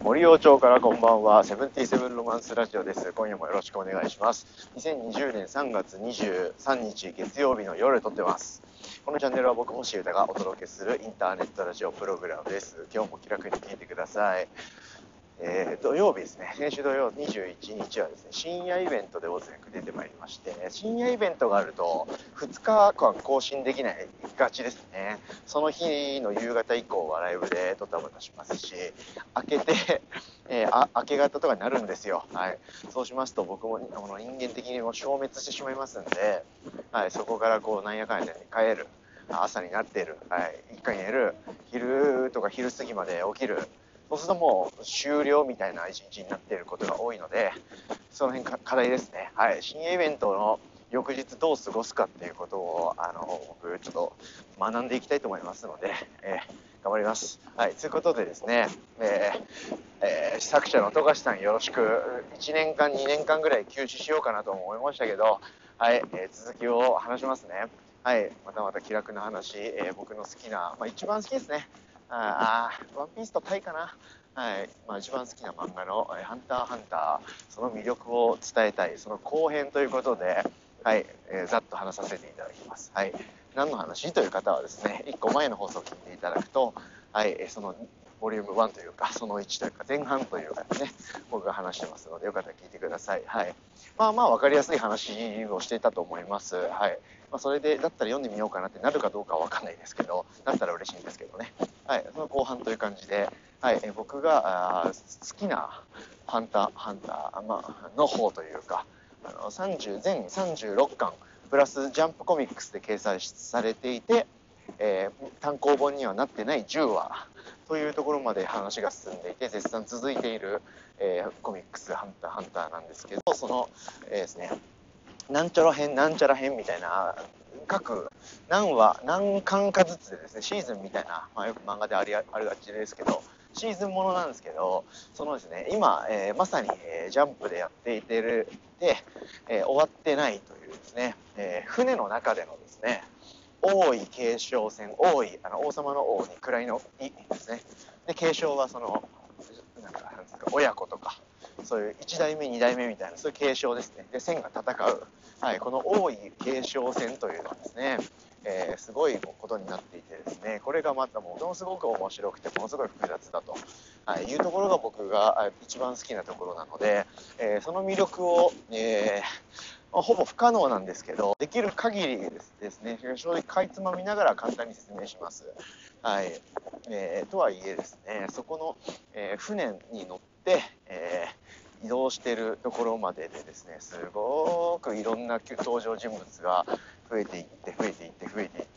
森王町からこんばんは。セブンティーセブンロマンスラジオです。今夜もよろしくお願いします。2020年3月23日月曜日の夜撮ってます。このチャンネルは僕星歌がお届けするインターネットラジオプログラムです。今日も気楽に聞いてください。土曜日ですね、先週土曜21日はですね、深夜イベントで大勢出てまいりまして、深夜イベントがあると2日間更新できないがちですね。その日の夕方以降はライブでドタバタしますし、明けて、明け方とかになるんですよ。はい、そうしますと僕も人間的にも消滅してしまいますんで、はい、そこからこうなんやかんやで帰る。朝になっている、はい、一回寝る、昼とか昼過ぎまで起きる、そうするともう終了みたいな一日になっていることが多いので、その辺課題ですね。はい、深夜イベントの翌日どう過ごすかっていうことを僕ちょっと学んでいきたいと思いますので、頑張ります。はい、ということでですね、作者の富樫さんよろしく。1年間2年間ぐらい休止しようかなと思いましたけど、はい、続きを話しますね。はい、またまた気楽な話、僕の好きな、一番好きですね。ワンピースとタイかな。はい、一番好きな漫画のハンターハンター、その魅力を伝えたい、その後編ということで、はい、ざっと話させていただきます。はい、何の話という方はですね、1個前の放送を聞いていただくと、はい、そのボリューム1というか、その1というか、前半というかですね、僕が話してますので、よかったら聞いてください。はい、分かりやすい話をしていたと思います。はい、それでだったら読んでみようかなってなるかどうかは分かんないですけど、なったら嬉しいんですけどね。はい、その後半という感じで、はい、僕が好きなハンターハンター、の方というか、全36巻プラスジャンプコミックスで掲載されていて、単行本にはなってない10話というところまで話が進んでいて絶賛続いている、コミックスハンターハンターなんですけど、その、ですね、なんちゃら編なんちゃら編みたいな各何話何巻かずつでですね、シーズンみたいな、よく漫画でありがちですけど、シーズンものなんですけど、そのですね、今、まさに、ジャンプでやっていてるで、終わってないというですね、船の中でのですね、王位継承戦、王位、王様の王に位の位ですね。で、継承はそのなんですか、親子とかそういう1代目2代目みたいな、そういう継承ですね。で、戦が戦う、はい、この王位継承戦というのはですね、すごいことになっていてですね、これがまたものすごく面白くてものすごい複雑だと、はい、いうところが僕が一番好きなところなので、その魅力を、ほぼ不可能なんですけど、できる限りですね、正直かいつまみながら簡単に説明します。はい、とはいえですね、そこの、船に乗って、移動しているところまででですね、すごくいろんな登場人物が増えていって増えていって増えていって、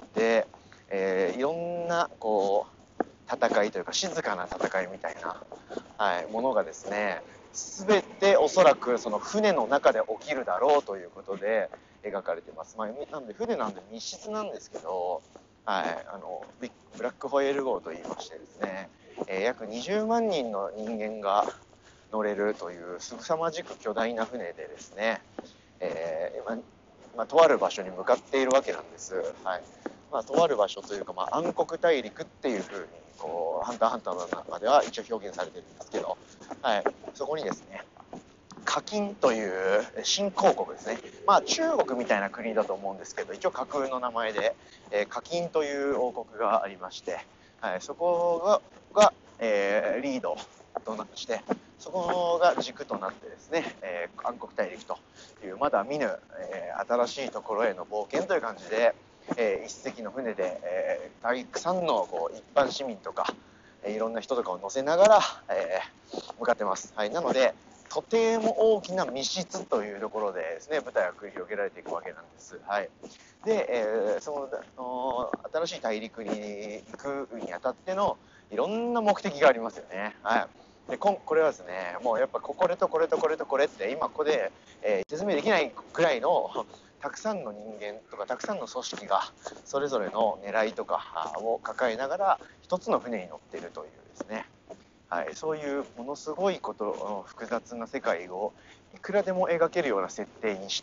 いろんなこう戦いというか静かな戦いみたいな、はい、ものがですね、全ておそらくその船の中で起きるだろうということで描かれてます。なんで船なんで密室なんですけど、はい、ブラックホエール号といいましてですね、約20万人の人間が乗れるという凄まじく巨大な船でですね、とある場所に向かっているわけなんです。はい、とある場所というか、暗黒大陸っていう風にこうハンターハンターの中では一応表現されてるんですけど、はい、そこにですね、課金という新興国ですね、中国みたいな国だと思うんですけど、一応架空の名前で、課金という王国がありまして、はい、そこが、リードとなして、そこが軸となってですね、暗黒大陸というまだ見ぬ、新しいところへの冒険という感じで、一隻の船で、たくさんのこう一般市民とか、いろんな人とかを乗せながら、向かってます。はい、なのでとても大きな密室というところでですね、舞台が繰り広げられていくわけなんです。はい、で、その新しい大陸に行くにあたってのいろんな目的がありますよね。はい、でこれはですね、もうやっぱこれとこれとこれとこれって今ここで、説明できないくらいのたくさんの人間とかたくさんの組織がそれぞれの狙いとかを抱えながら一つの船に乗っているというですね、 はい、そういうものすごいこと複雑な世界をいくらでも描けるような設定にして、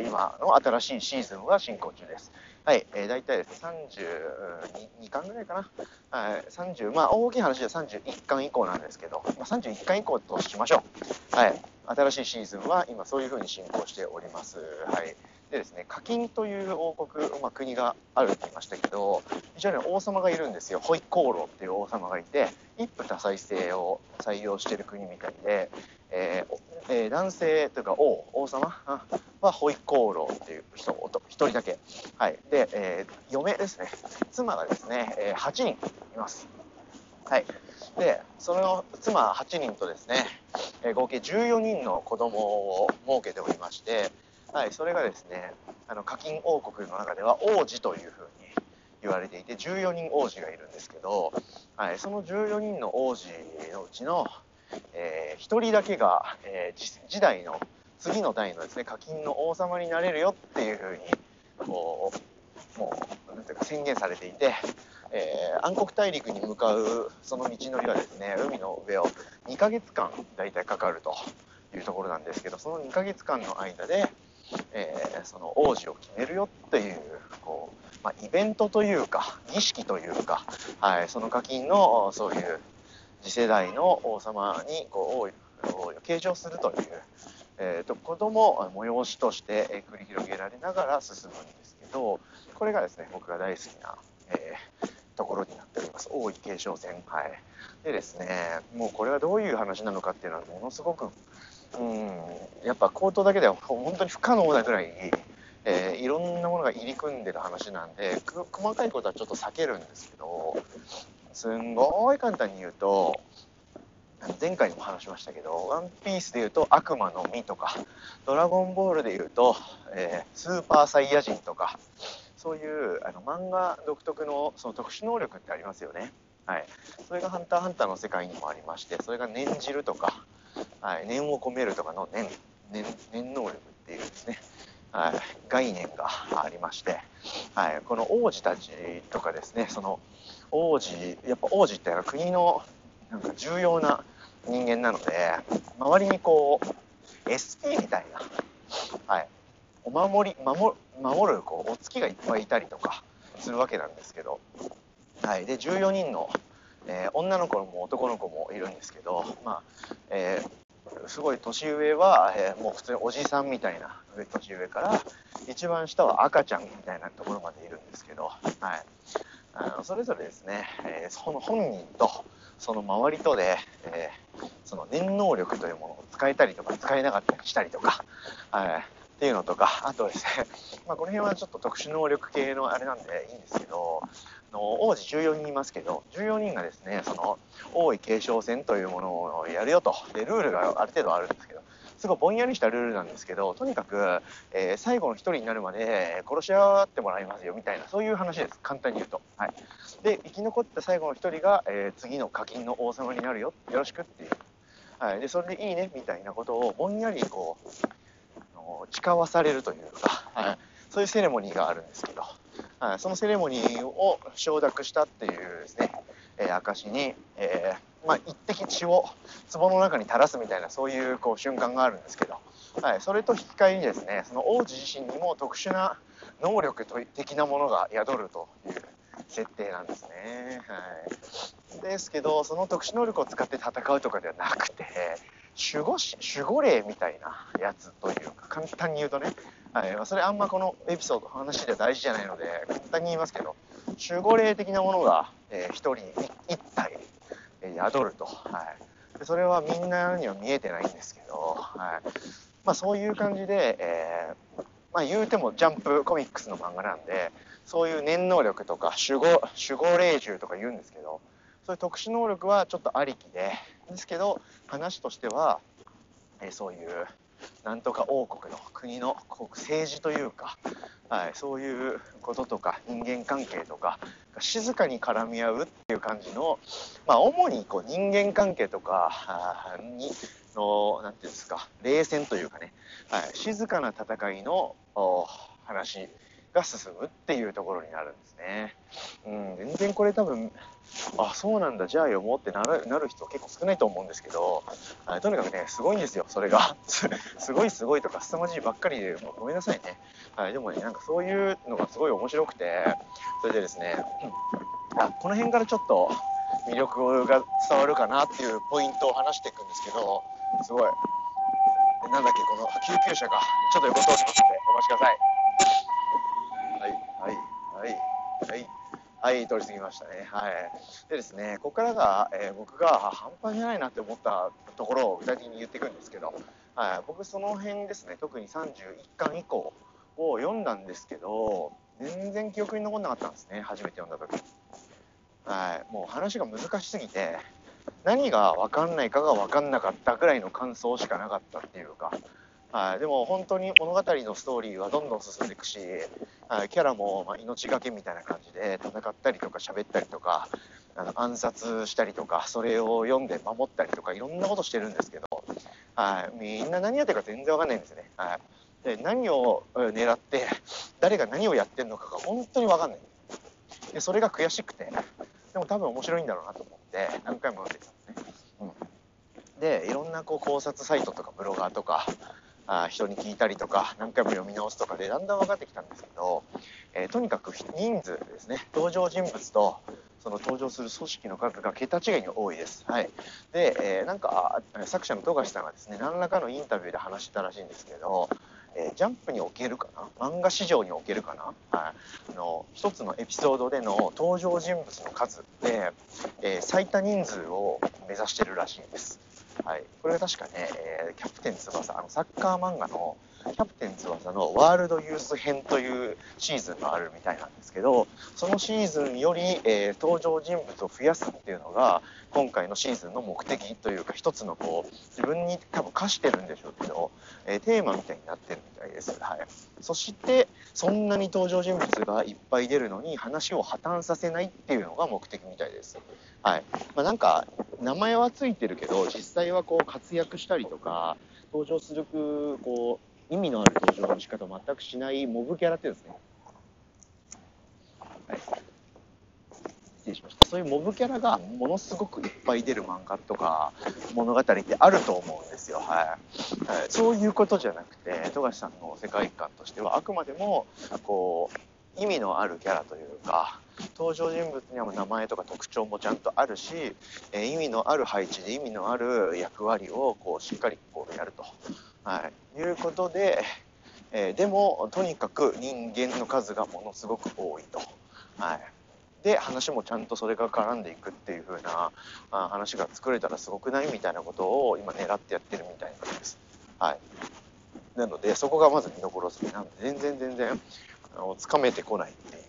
今の新しいシーズンは進行中です。はい、大体ですね、32巻ぐらいかな。はい、30、まあ大きい話では31巻以降なんですけど、まあ、31巻以降としましょう。はい、新しいシーズンは今そういう風に進行しております。はい。でですね、課金という王国、国があるって言いましたけど、一応ね、王様がいるんですよ。ホイコーローっていう王様がいて、一夫多妻制を採用している国みたいで、男性というか王様はホイコーローっていう人一人だけ。はい。で、嫁ですね。妻がですね、8人います。はい。で、その妻8人とですね、合計14人の子供を設けておりまして、はい、それがですね、課金王国の中では王子というふうに言われていて、14人王子がいるんですけど、はい、その14人の王子のうちの、1人だけが、次代の次の代のですね、課金の王様になれるよっていうふうにこうもうなんていうか宣言されていて、暗黒大陸に向かうその道のりはですね、海の上を2ヶ月間だいたいかかるというところなんですけど、その2ヶ月間の間で、その王子を決めるよっていう、イベントというか儀式というか、はい、その課金のそういう次世代の王様に王位を継承するという、ことも催しとして繰り広げられながら進むんですけど、これがですね、僕が大好きな、ところになっております。王位継承戦。はい。でですね、もうこれはどういう話なのかっていうのはものすごく、やっぱ口頭だけでは本当に不可能なぐらい、いろんなものが入り組んでる話なんで、細かいことはちょっと避けるんですけど、すんごい簡単に言うと、前回にも話しましたけど、ワンピースで言うと悪魔の実とか、ドラゴンボールで言うと、スーパーサイヤ人とか、そういう漫画独特のその特殊能力ってありますよね。はい。それがハンターハンターの世界にもありまして、それが念じるとか、はい、念を込めるとかの念能力っていうですね、はい、概念がありまして、はい、この王子たちとかですね、そのやっぱ王子って国のなんか重要な人間なので、周りにSP みたいな、はい、守るお付きがいっぱいいたりとかするわけなんですけど、はい、で14人の、女の子も男の子もいるんですけど、すごい年上は、もう普通におじさんみたいな年上から一番下は赤ちゃんみたいなところまでいるんですけど、はい、それぞれですね、その本人とその周りとで、その念能力というものを使えたりとか使えなかったりしたりとか、はい、っていうのとか、あとですね、この辺はちょっと特殊能力系のあれなんでいいんですけど、王子14人いますけど、14人がですね、その王位継承戦というものをやるよと。で、ルールがある程度あるんですけど、すごいぼんやりしたルールなんですけど、とにかく、最後の一人になるまで殺し合ってもらいますよみたいな、そういう話です。簡単に言うと。はい。で、生き残った最後の一人が、次の課金の王様になるよ。よろしくっていう。はい。で、それでいいねみたいなことをぼんやり誓わされるというか、はい。そういうセレモニーがあるんですけど、はい、そのセレモニーを承諾したっていうですね、証に、一滴血を壺の中に垂らすみたいなそういう瞬間があるんですけど、はい、それと引き換えにですね、その王子自身にも特殊な能力的なものが宿るという設定なんですね。はい、ですけど、その特殊能力を使って戦うとかではなくて、守護霊みたいなやつというか、簡単に言うとね、はい、それあんまこのエピソード話では大事じゃないので簡単に言いますけど、守護霊的なものが、一人一体、宿ると、はい、でそれはみんなには見えてないんですけど、はい、そういう感じで、言うてもジャンプコミックスの漫画なんで、そういう念能力とか守護霊獣とか言うんですけど、そういう特殊能力はちょっとありきですけど、話としては、そういうなんとか王国の国の政治というか、はい、そういうこととか人間関係とか静かに絡み合うっていう感じの、主に人間関係とかなんていうんですか、冷戦というかね、はい、静かな戦いの話が進むっていうところになるんですね。全然これ多分あ、そうなんだ、じゃあ読もうってなる人結構少ないと思うんですけど、とにかくね、すごいんですよ、それが。すごいすごいとか、凄まじいばっかりで、もうごめんなさいね。でもね、なんかそういうのがすごい面白くて、それでですね、この辺からちょっと魅力が伝わるかなっていうポイントを話していくんですけど、すごい、なんだっけ、この救急車がちょっと横通りますので、お待ちください。はい、はい、はい、はい。はい、通り過ぎましたね。はい。でですね、ここからが、僕が半端じゃないなって思ったところを具体的に言っていくんですけど、僕その辺ですね、特に31巻以降を読んだんですけど、全然記憶に残んなかったんですね、初めて読んだ時。もう話が難しすぎて、何が分かんないかが分かんなかったぐらいの感想しかなかったっていうか、でも本当に物語のストーリーはどんどん進んでいくし、キャラも命がけみたいな感じで戦ったりとか喋ったりとか、暗殺したりとか、それを読んで守ったりとか、いろんなことしてるんですけど、みんな何やってるか全然分かんないんですよね。で、何を狙って誰が何をやってるのかが本当に分かんない。でそれが悔しくて、でも多分面白いんだろうなと思って何回も読んでたんですね。でいろんな考察サイトとかブロガーとか人に聞いたりとか何回も読み直すとかでだんだん分かってきたんですけど、とにかく人数ですね、登場人物とその登場する組織の数が桁違いに多いです。で、なんか作者の富樫さんがですね、何らかのインタビューで話したらしいんですけど、ジャンプにおけるかな、漫画史上におけるかな、一つのエピソードでの登場人物の数で、最多人数を目指してるらしいんです。これが確かね、キャプテン翼、サッカー漫画のキャプテン翼のワールドユース編というシーズンがあるみたいなんですけど、そのシーズンより、登場人物を増やすっていうのが今回のシーズンの目的というか、一つの自分に多分課してるんでしょうけど、テーマみたいになってるみたいです。そしてそんなに登場人物がいっぱい出るのに話を破綻させないっていうのが目的みたいです。なんか名前はついてるけど、実際は活躍したりとか登場する意味のある登場の仕方を全くしないモブキャラってですね、失礼しました。そういうモブキャラがものすごくいっぱい出る漫画とか物語ってあると思うんですよ。そういうことじゃなくて、富樫さんの世界観としてはあくまでも意味のあるキャラというか、登場人物には名前とか特徴もちゃんとあるし、意味のある配置で意味のある役割をしっかりやると、いうことで、でもとにかく人間の数がものすごく多いと。で話もちゃんとそれが絡んでいくっていう風な話が作れたらすごくないみたいなことを今狙ってやってるみたいなんです。なのでそこがまず見どころですね。なので全然つかめてこないっていう、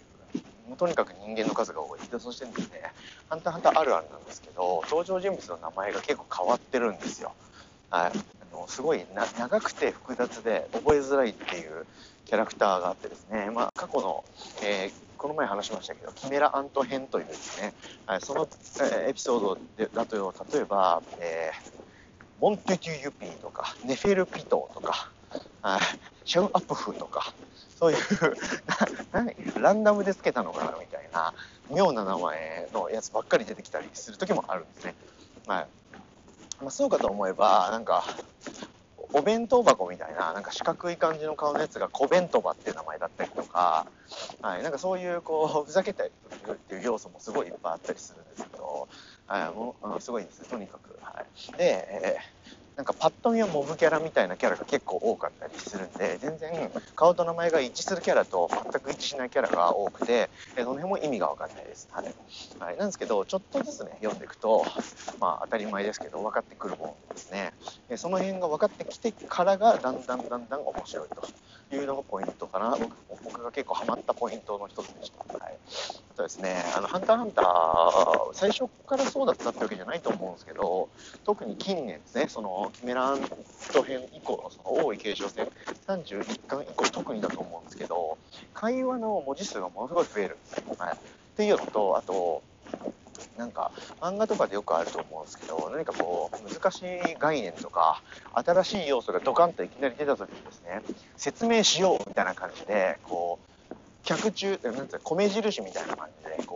もうとにかく人間の数が多い。でそしてですね、ハンターハンターあるあるなんですけど、登場人物の名前が結構変わってるんですよ。すごい長くて複雑で覚えづらいっていうキャラクターがあってですね、過去の、この前話しましたけどキメラアント編というですね、その、エピソードだと例えば、モンテテュユピーとかネフェルピトーとか、シャウアプフとか、そういうランダムでつけたのかなみたいな妙な名前のやつばっかり出てきたりする時もあるんですね。そうかと思えば、なんかお弁当箱みたいな、なんか四角い感じの顔のやつが小弁当場っていう名前だったりとか、なんかそういうふざけたりっていう要素もすごいいっぱいあったりするんですけど、もうすごいです、とにかく。で、なんかパッと見はモブキャラみたいなキャラが結構多かったりするんで、全然顔と名前が一致するキャラと全く一致しないキャラが多くて、その辺も意味が分かんないです。なんですけど、ちょっとずつね読んでいくと、当たり前ですけど分かってくるもんですね。その辺が分かってきてからがだんだん面白いというのがポイントかな。僕が結構ハマったポイントの一つでした。あとですね、ハンターハンター最初からそうだったってわけじゃないと思うんですけど、特に近年ですね、そのキメラアント編以降のその王位継承戦31巻以降特にだと思うんですけど、会話の文字数がものすごい増えるんですよ。っていうのと、あとなんか漫画とかでよくあると思うんですけど、何か難しい概念とか新しい要素がドカンといきなり出た時にですね、説明しようみたいな感じで脚中なんて米印みたいな感じで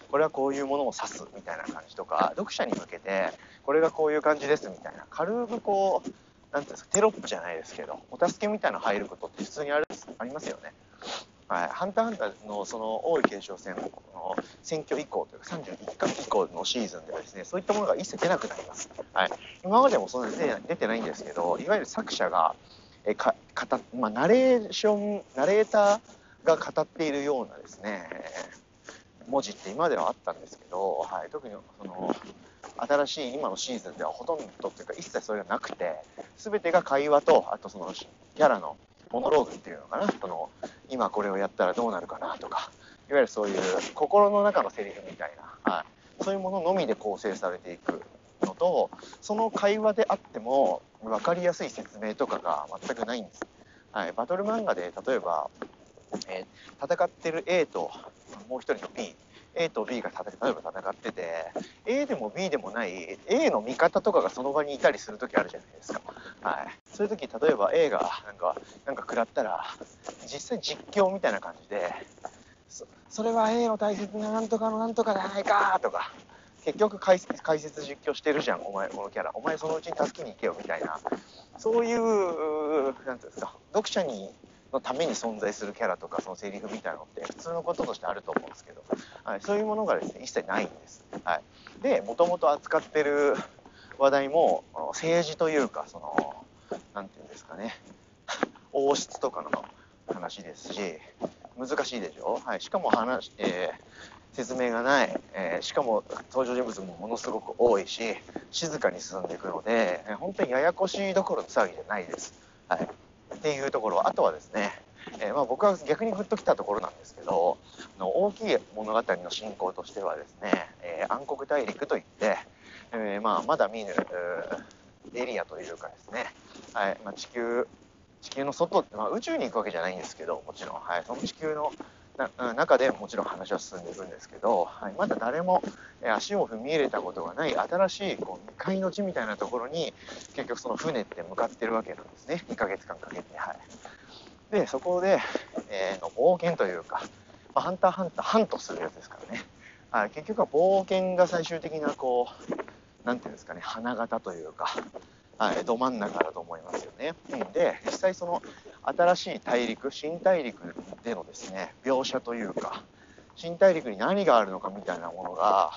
これはこういうものを指すみたいな感じとか、読者に向けてこれがこういう感じですみたいな、軽くこうなんていうんですか、テロップじゃないですけどお助けみたいなの入ることって普通にありますよね。はい、ハンターハンターのその王位継承戦の選挙以降というか31巻以降のシーズンではですね、そういったものが一切出なくなります。はい、今までもそんなに出てないんですけど、いわゆる作者がナレーターが語っているようなですね、文字って今まではあったんですけど、はい、特にその新しい今のシーズンではほとんどというか一切それがなくて、全てが会話と、あとそのキャラのモノローグっていうのかな、その今これをやったらどうなるかなとか、いわゆるそういう心の中のセリフみたいな、はい、そういうもののみで構成されていくのと、その会話であっても分かりやすい説明とかが全くないんです。はい、バトル漫画で例えば、戦ってる A ともう一人の B、A と B が例えば戦ってて、 A でも B でもない A の味方とかがその場にいたりする時あるじゃないですか。はい、そういう時例えば A がなんか食らったら実際実況みたいな感じで、それは A の大切ななんとかのなんとかじゃないかとか、結局解説実況してるじゃんお前このキャラ、お前そのうちに助けに行けよみたいな、そういうなんていうんですか、読者のために存在するキャラとかそのセリフみたいなのって普通のこととしてあると思うんですけど、はい、そういうものがですね一切ないんです。はい、でもともと扱ってる話題も政治というか、そのなんていうんですかね、王室とかの話ですし、難しいでしょ。はい、しかも説明がない、しかも登場人物もものすごく多いし静かに進んでいくので、本当にややこしいどころの騒ぎじゃないです。はい、っていうところ、あとはですね、僕は逆にグッときたところなんですけど、大きい物語の進行としてはですね、暗黒大陸といって、まだ見ぬエリアというかですね、はい、地球の外って、宇宙に行くわけじゃないんですけど、もちろん、はい、その地球の中でもちろん話は進んでいくんですけど、はい、まだ誰も足を踏み入れたことがない新しい未開の地みたいなところに結局その船って向かってるわけなんですね、2ヶ月間かけて。はい、でそこで、の冒険というか、ハンターハンターハントするやつですからね、はい、結局は冒険が最終的なこうなんていうんですかね、花形というか、はい、ど真ん中だと思いますよね。で実際その新しい大陸、新大陸でのですね描写というか、新大陸に何があるのかみたいなものが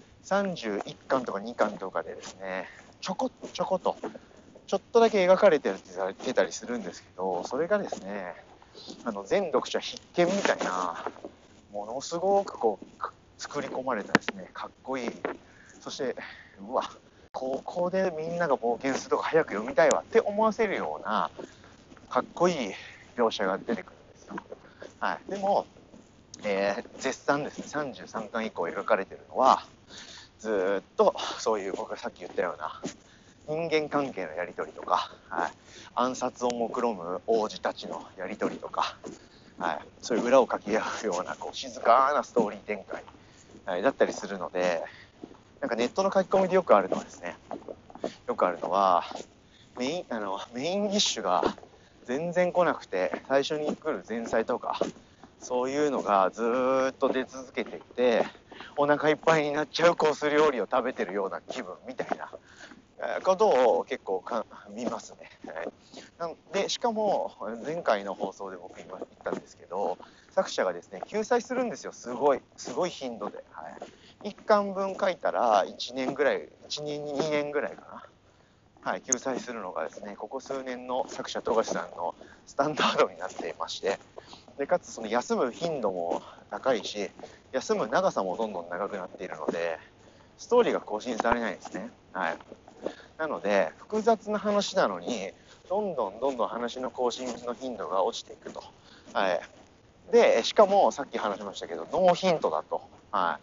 31巻とか2巻とかでですねちょこちょことちょっとだけ描かれてたりするんですけど、それがですね全読者必見みたいな、ものすごくこう作り込まれたですねかっこいい、そしてうわここでみんなが冒険するとか早く読みたいわって思わせるようなかっこいい描写が出てくるんですよ。はい、でも、絶賛ですね33巻以降描かれてるのはずっとそういう僕がさっき言ったような人間関係のやり取りとか、はい、暗殺を目論む王子たちのやり取りとか、はい、そういう裏をかき合うようなこう静かなストーリー展開、はい、だったりするので、なんかネットの書き込みでよくあるのはですね、メインディッシュが全然来なくて、最初に来る前菜とかそういうのがずっと出続けていて、お腹いっぱいになっちゃうコース料理を食べてるような気分みたいなことを結構見ますね。はい、でしかも前回の放送で僕今言ったんですけど、作者がですね救済するんですよ、すごい頻度で。はい、1巻分書いたら1年ぐらい1年2年ぐらいかな、はい、救済するのがですねここ数年の作者富樫さんのスタンダードになっていまして、でかつその休む頻度も高いし休む長さもどんどん長くなっているのでストーリーが更新されないんですね。はい、なので複雑な話なのにどんどん話の更新の頻度が落ちていくと。はい、でしかもさっき話しましたけどノーヒントだと、はい、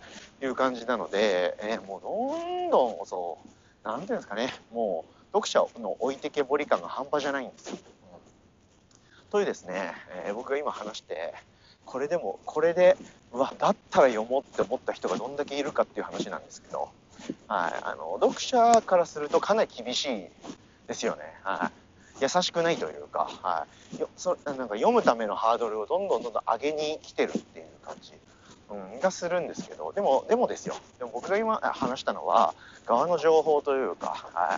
いう感じなので、もうどんどんそうなんていうんですかね、もう読者の置いてけぼり感が半端じゃないんですよ。というですね、僕が今話してこれでうわだったら読もうって思った人がどんだけいるかっていう話なんですけど、はい、読者からするとかなり厳しいですよね。はい、優しくないというか、はい、なんか読むためのハードルをどんどん上げに来てるっていう感じ。 がするんですけど、でもですよ。でも僕が今話したのは側の情報というか、はい、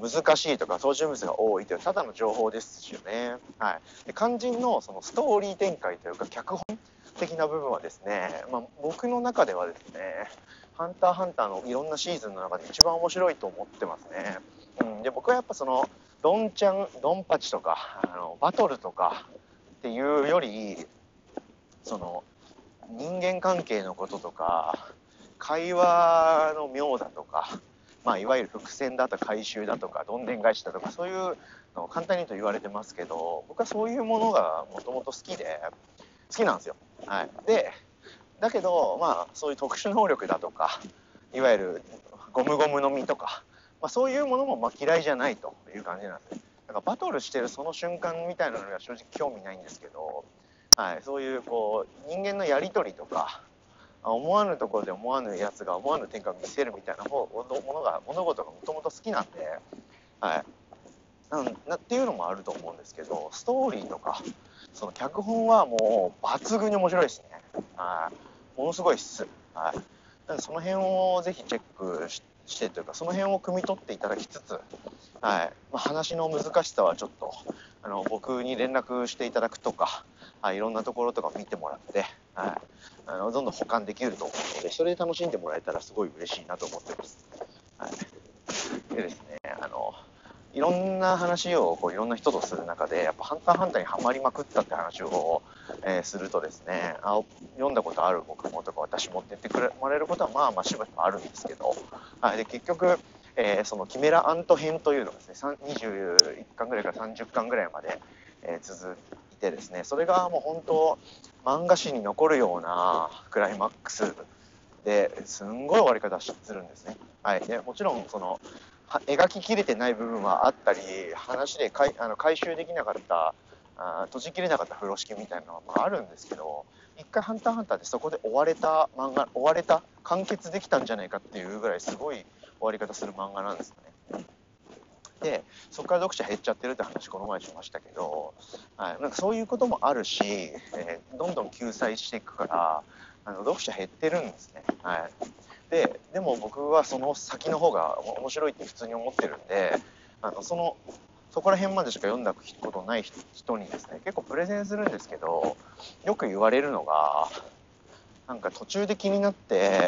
難しいとか操縦物が多いというただの情報ですよね。はい、で肝心のそのストーリー展開というか脚本的な部分はですね、僕の中ではですね、ハンターハンターのいろんなシーズンの中で一番面白いと思ってますね。で僕はやっぱそのドンパチとかバトルとかっていうより、その人間関係のこととか会話の妙だとか、いわゆる伏線だとか回収だとかどんでん返しだとか、そういうのを簡単に言うと言われてますけど、僕はそういうものがもともと好きなんですよ。はい、でだけどそういう特殊能力だとかいわゆるゴムゴムの実とか、そういうものも嫌いじゃないという感じなんですね。だからバトルしてるその瞬間みたいなのには正直興味ないんですけど、はい、そういう人間のやり取りとか思わぬところで思わぬやつが思わぬ展開を見せるみたいな物事がもともと好きなんで、はい、っていうのもあると思うんですけど、ストーリーとかその脚本はもう抜群に面白いですね。はい、ものすごいっす。はい、なのでその辺をぜひチェックしてというか、その辺を汲み取っていただきつつ、はい、話の難しさはちょっと僕に連絡していただくとか、いろんなところとか見てもらって、はい、どんどん補完できると思うので、それで楽しんでもらえたらすごい嬉しいなと思ってます。はい、でですね、いろんな話をいろんな人とする中で、やっぱハンターハンターにはまりまくったって話を、するとですね、読んだことある僕もとか私もって言ってくれられることはしばしばあるんですけど、はい、で結局、そのキメラアント編というのがですね、21巻ぐらいから30巻ぐらいまで、続いてですね、それがもう本当漫画史に残るようなクライマックスですんごい終わり方するんですね。はい、でもちろんその描ききれてない部分はあったり、話で回収できなかった閉じきれなかった風呂敷みたいなのはあるんですけど、一回ハンターハンターでそこで終われた完結できたんじゃないかっていうぐらいすごい終わり方する漫画なんですよね。でそこから読者減っちゃってるって話この前しましたけど、はい、なんかそういうこともあるし、どんどん救済していくから読者減ってるんですね。はい、でも僕はその先の方が面白いって普通に思ってるんで、そこら辺までしか読んだことない人にですね結構プレゼンするんですけど、よく言われるのがなんか途中で気になって、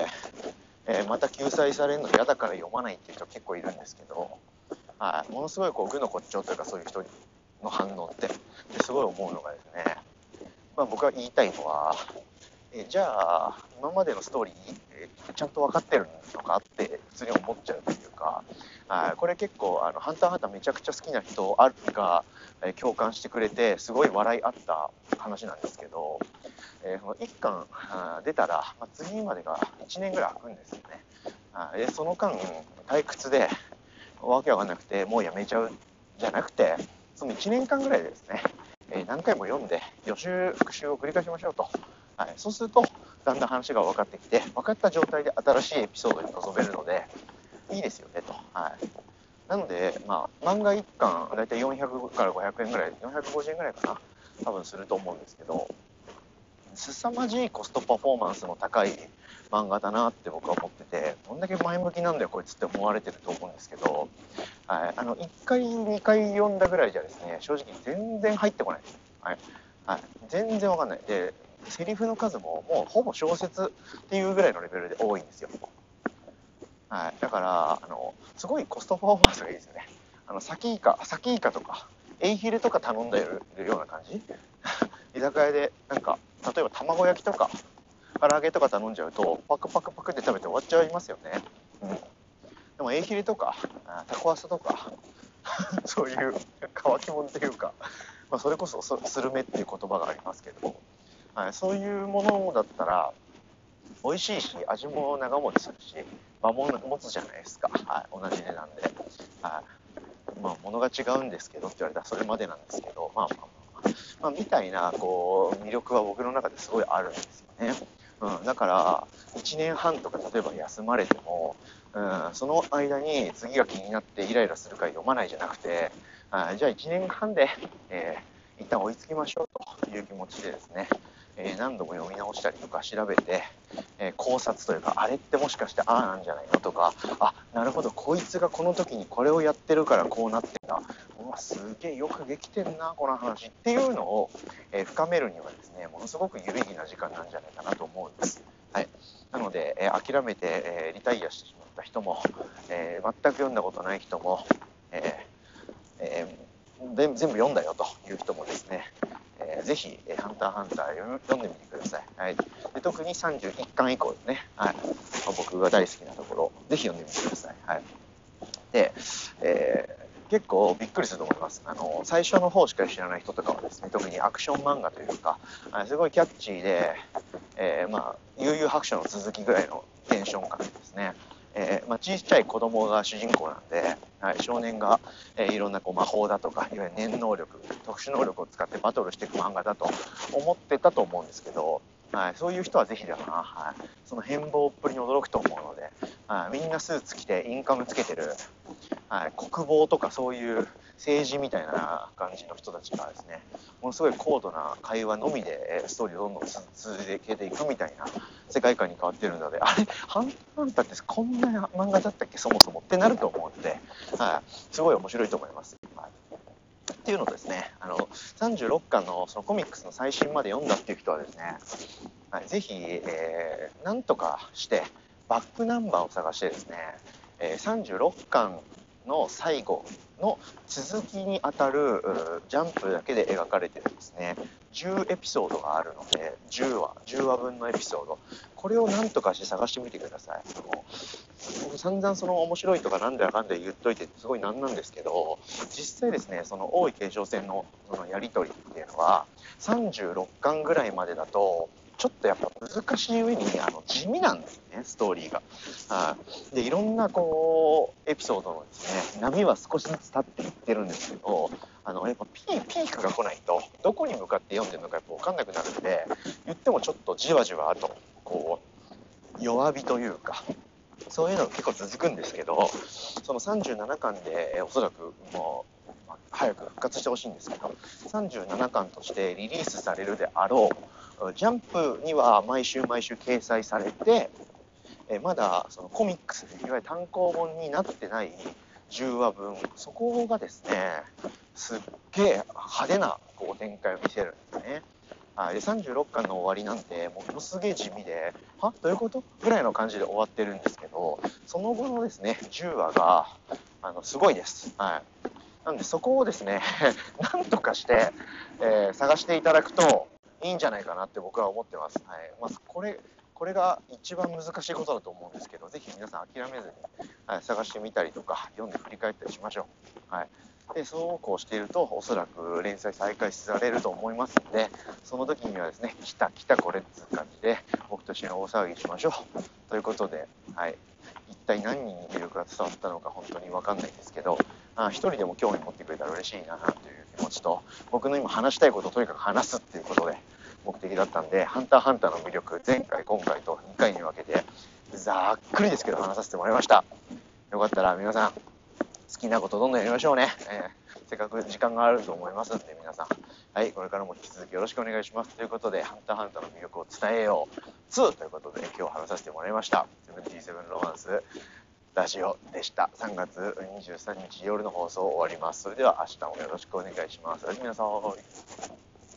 また救済されるの嫌だから読まないっていう人結構いるんですけど、はい、ものすごい愚の骨頂というかそういう人の反応ってすごい思うのがですね、僕が言いたいのはじゃあ今までのストーリー、ちゃんと分かってるのかって普通に思っちゃうというか、これ結構ハンターハンターめちゃくちゃ好きな人が共感してくれてすごい笑いあった話なんですけど、その1巻出たら、次までが1年ぐらい空くんですよね。でその間退屈でわけわかんなくてもうやめちゃうじゃなくて、その1年間ぐらいでですね、何回も読んで予習復習を繰り返しましょうと。はい、そうするとだんだん話が分かってきて、分かった状態で新しいエピソードに臨めるのでいいですよねと。はい、なので、漫画1巻だいたい400から500円ぐらい、450円ぐらいかな多分すると思うんですけど、凄まじいコストパフォーマンスの高い漫画だなって僕は思ってて、どんだけ前向きなんだよこいつって思われてると思うんですけど、はい、1回2回読んだぐらいじゃですね正直全然入ってこないです。はい、はい、全然わかんないで、セリフの数ももうほぼ小説っていうぐらいのレベルで多いんですよ。はい、だからすごいコストパフォーマンスがいいですよね。サキイカとかエイヒレとか頼んでるような感じ居酒屋でなんか例えば卵焼きとか唐揚げとか頼んじゃうとパクパクパクって食べて終わっちゃいますよね。でもエイヒレとかタコワサとかそういう乾き物というか、それこそスルメっていう言葉がありますけど、はい、そういうものだったら美味しいし味も長持ちするし間も持つじゃないですか、はい、同じ値段で、はい、物が違うんですけどって言われたらそれまでなんですけど、みたいな魅力は僕の中ですごいあるんですよね。だから1年半とか例えば休まれても、その間に次が気になってイライラするから読まないじゃなくて、じゃあ1年半で、一旦追いつきましょうという気持ちでですね、 何度も読み直したりとか調べて、考察というか、あれってもしかしてああなんじゃないのとか、あ、なるほど、こいつがこの時にこれをやってるからこうなってんだ、うわ、すげえよくできてんなこの話っていうのを、深めるにはですね、ものすごく有意義な時間なんじゃないかなと思うんです。はい、なので、諦めて、リタイアしてしまった人も、全く読んだことない人も、全部読んだよという人もですね、ぜひ、ハンターハンター読んでみてください。はい、で特に31巻以降ですね、はい、僕が大好きなところ、ぜひ読んでみてください。はい、で、結構びっくりすると思います。最初の方しか知らない人とかはですね、特にアクション漫画というか、すごいキャッチーで、悠々白書の続きぐらいのテンション感ですね。小さい子供が主人公なんで、はい、少年が、いろんな魔法だとか、いわゆる念能力、特殊能力を使ってバトルしていく漫画だと思ってたと思うんですけど、はい、そういう人はぜひだな、はい、その変貌っぷりに驚くと思うので、はい、みんなスーツ着てインカムつけてる、はい、国防とかそういう政治みたいな感じの人たちがですね、ものすごい高度な会話のみでストーリーをどんどん続けていくみたいな世界観に変わっているので、あれ、ハンターハンターってこんな漫画だったっけそもそもってなると思うので、はい、すごい面白いと思います。はい、っていうのとですね、36巻のそのコミックスの最新まで読んだっていう人はですね、はい、ぜひ、なんとかしてバックナンバーを探してですね、36巻の最後の続きにあたるジャンプだけで描かれてるですね、10エピソードがあるので、10話分のエピソード、これをなんとかして探してみてください。僕散々その面白いとかなんだかんだ言っといてすごいなんなんですけど、実際ですね、その王位継承戦のそのやり取りっていうのは36巻ぐらいまでだとちょっとやっぱ難しい上に地味なんですね、ストーリーが。でいろんなエピソードのですね、波は少しずつ立っていってるんですけど、やっぱピークが来ないとどこに向かって読んでるのかやっぱ分かんなくなるんで、言ってもちょっとじわじわと弱火というか、そういうのが結構続くんですけど、その37巻でおそらくもう早く復活してほしいんですけど、37巻としてリリースされるであろうジャンプには毎週毎週掲載されて、まだそのコミックスでいわゆる単行本になってない10話分、そこがですね、すっげえ派手な展開を見せるんですね。で36巻の終わりなんてものすげえ地味で、はどういうことぐらいの感じで終わってるんですけど、その後のですね10話がすごいです。はい、なんでそこをですねなんとかして、探していただくといいんじゃないかなって僕は思ってます。はい、これが一番難しいことだと思うんですけど、ぜひ皆さん諦めずに、はい、探してみたりとか読んで振り返ったりしましょう。はい、でそうこうしているとおそらく連載再開されると思いますので、その時にはですね、来たこれっていう感じで僕と一緒に大騒ぎしましょうということで、はい、一体何人に魅力が伝わったのか本当に分かんないですけど、一人でも興味持ってくれたら嬉しいなという気持ちと、僕の今話したいことをとにかく話すっていうことで目的だったんで、ハンターハンターの魅力、前回今回と2回に分けてざっくりですけど話させてもらいました。よかったら皆さん好きなことどんどんやりましょうね。せっかく時間があると思いますんで、皆さん、はい、これからも引き続きよろしくお願いします。ということで、ハンターハンターの魅力を伝えよう2ということで、今日話させてもらいました。77ロマンスラジオでした。3月23日夜の放送終わります。それでは明日もよろしくお願いします。おやすみなさい。